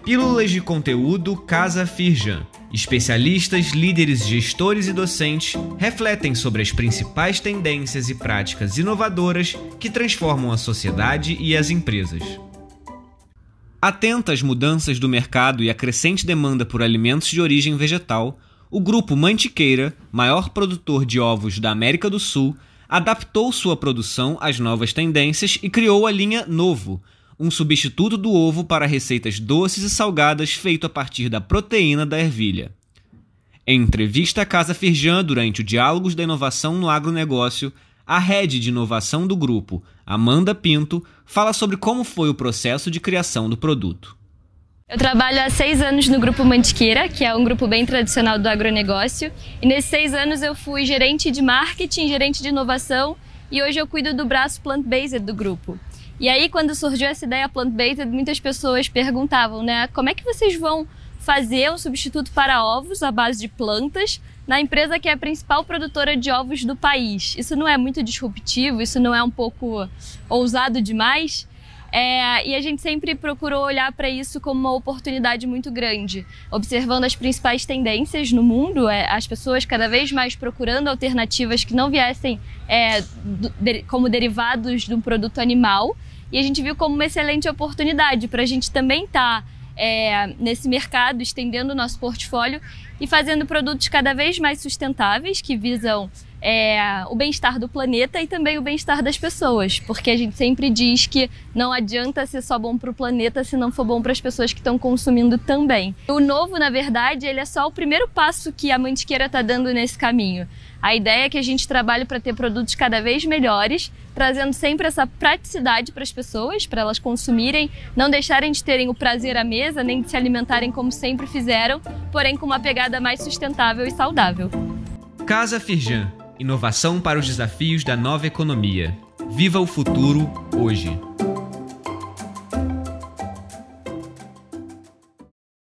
Pílulas de conteúdo Casa Firjan. Especialistas, líderes, gestores e docentes refletem sobre as principais tendências e práticas inovadoras que transformam a sociedade e as empresas. Atento às mudanças do mercado e à crescente demanda por alimentos de origem vegetal, o grupo Mantiqueira, maior produtor de ovos da América do Sul, adaptou sua produção às novas tendências e criou a linha Novo, um substituto do ovo para receitas doces e salgadas feito a partir da proteína da ervilha. Em entrevista à Casa Firjan durante o Diálogos da Inovação no Agronegócio, a head de inovação do grupo, Amanda Pinto, fala sobre como foi o processo de criação do produto. Eu trabalho há 6 anos no Grupo Mantiqueira, que é um grupo bem tradicional do agronegócio, e nesses 6 anos eu fui gerente de marketing, gerente de inovação e hoje eu cuido do braço plant-based do grupo. E aí, quando surgiu essa ideia plant-based, muitas pessoas perguntavam, né, como é que vocês vão fazer um substituto para ovos à base de plantas na empresa que é a principal produtora de ovos do país? Isso não é muito disruptivo? Isso não é um pouco ousado demais? E a gente sempre procurou olhar para isso como uma oportunidade muito grande, observando as principais tendências no mundo, as pessoas cada vez mais procurando alternativas que não viessem como derivados de um produto animal, e a gente viu como uma excelente oportunidade para a gente também estar nesse mercado, estendendo o nosso portfólio e fazendo produtos cada vez mais sustentáveis, que visam o bem-estar do planeta e também o bem-estar das pessoas, porque a gente sempre diz que não adianta ser só bom para o planeta se não for bom para as pessoas que estão consumindo também. O Novo, na verdade, ele é só o primeiro passo que a Mantiqueira está dando nesse caminho. A ideia é que a gente trabalhe para ter produtos cada vez melhores, trazendo sempre essa praticidade para as pessoas, para elas consumirem, não deixarem de terem o prazer à mesa, nem de se alimentarem como sempre fizeram, porém com uma pegada mais sustentável e saudável. Casa Firjan. Inovação para os desafios da nova economia. Viva o futuro hoje.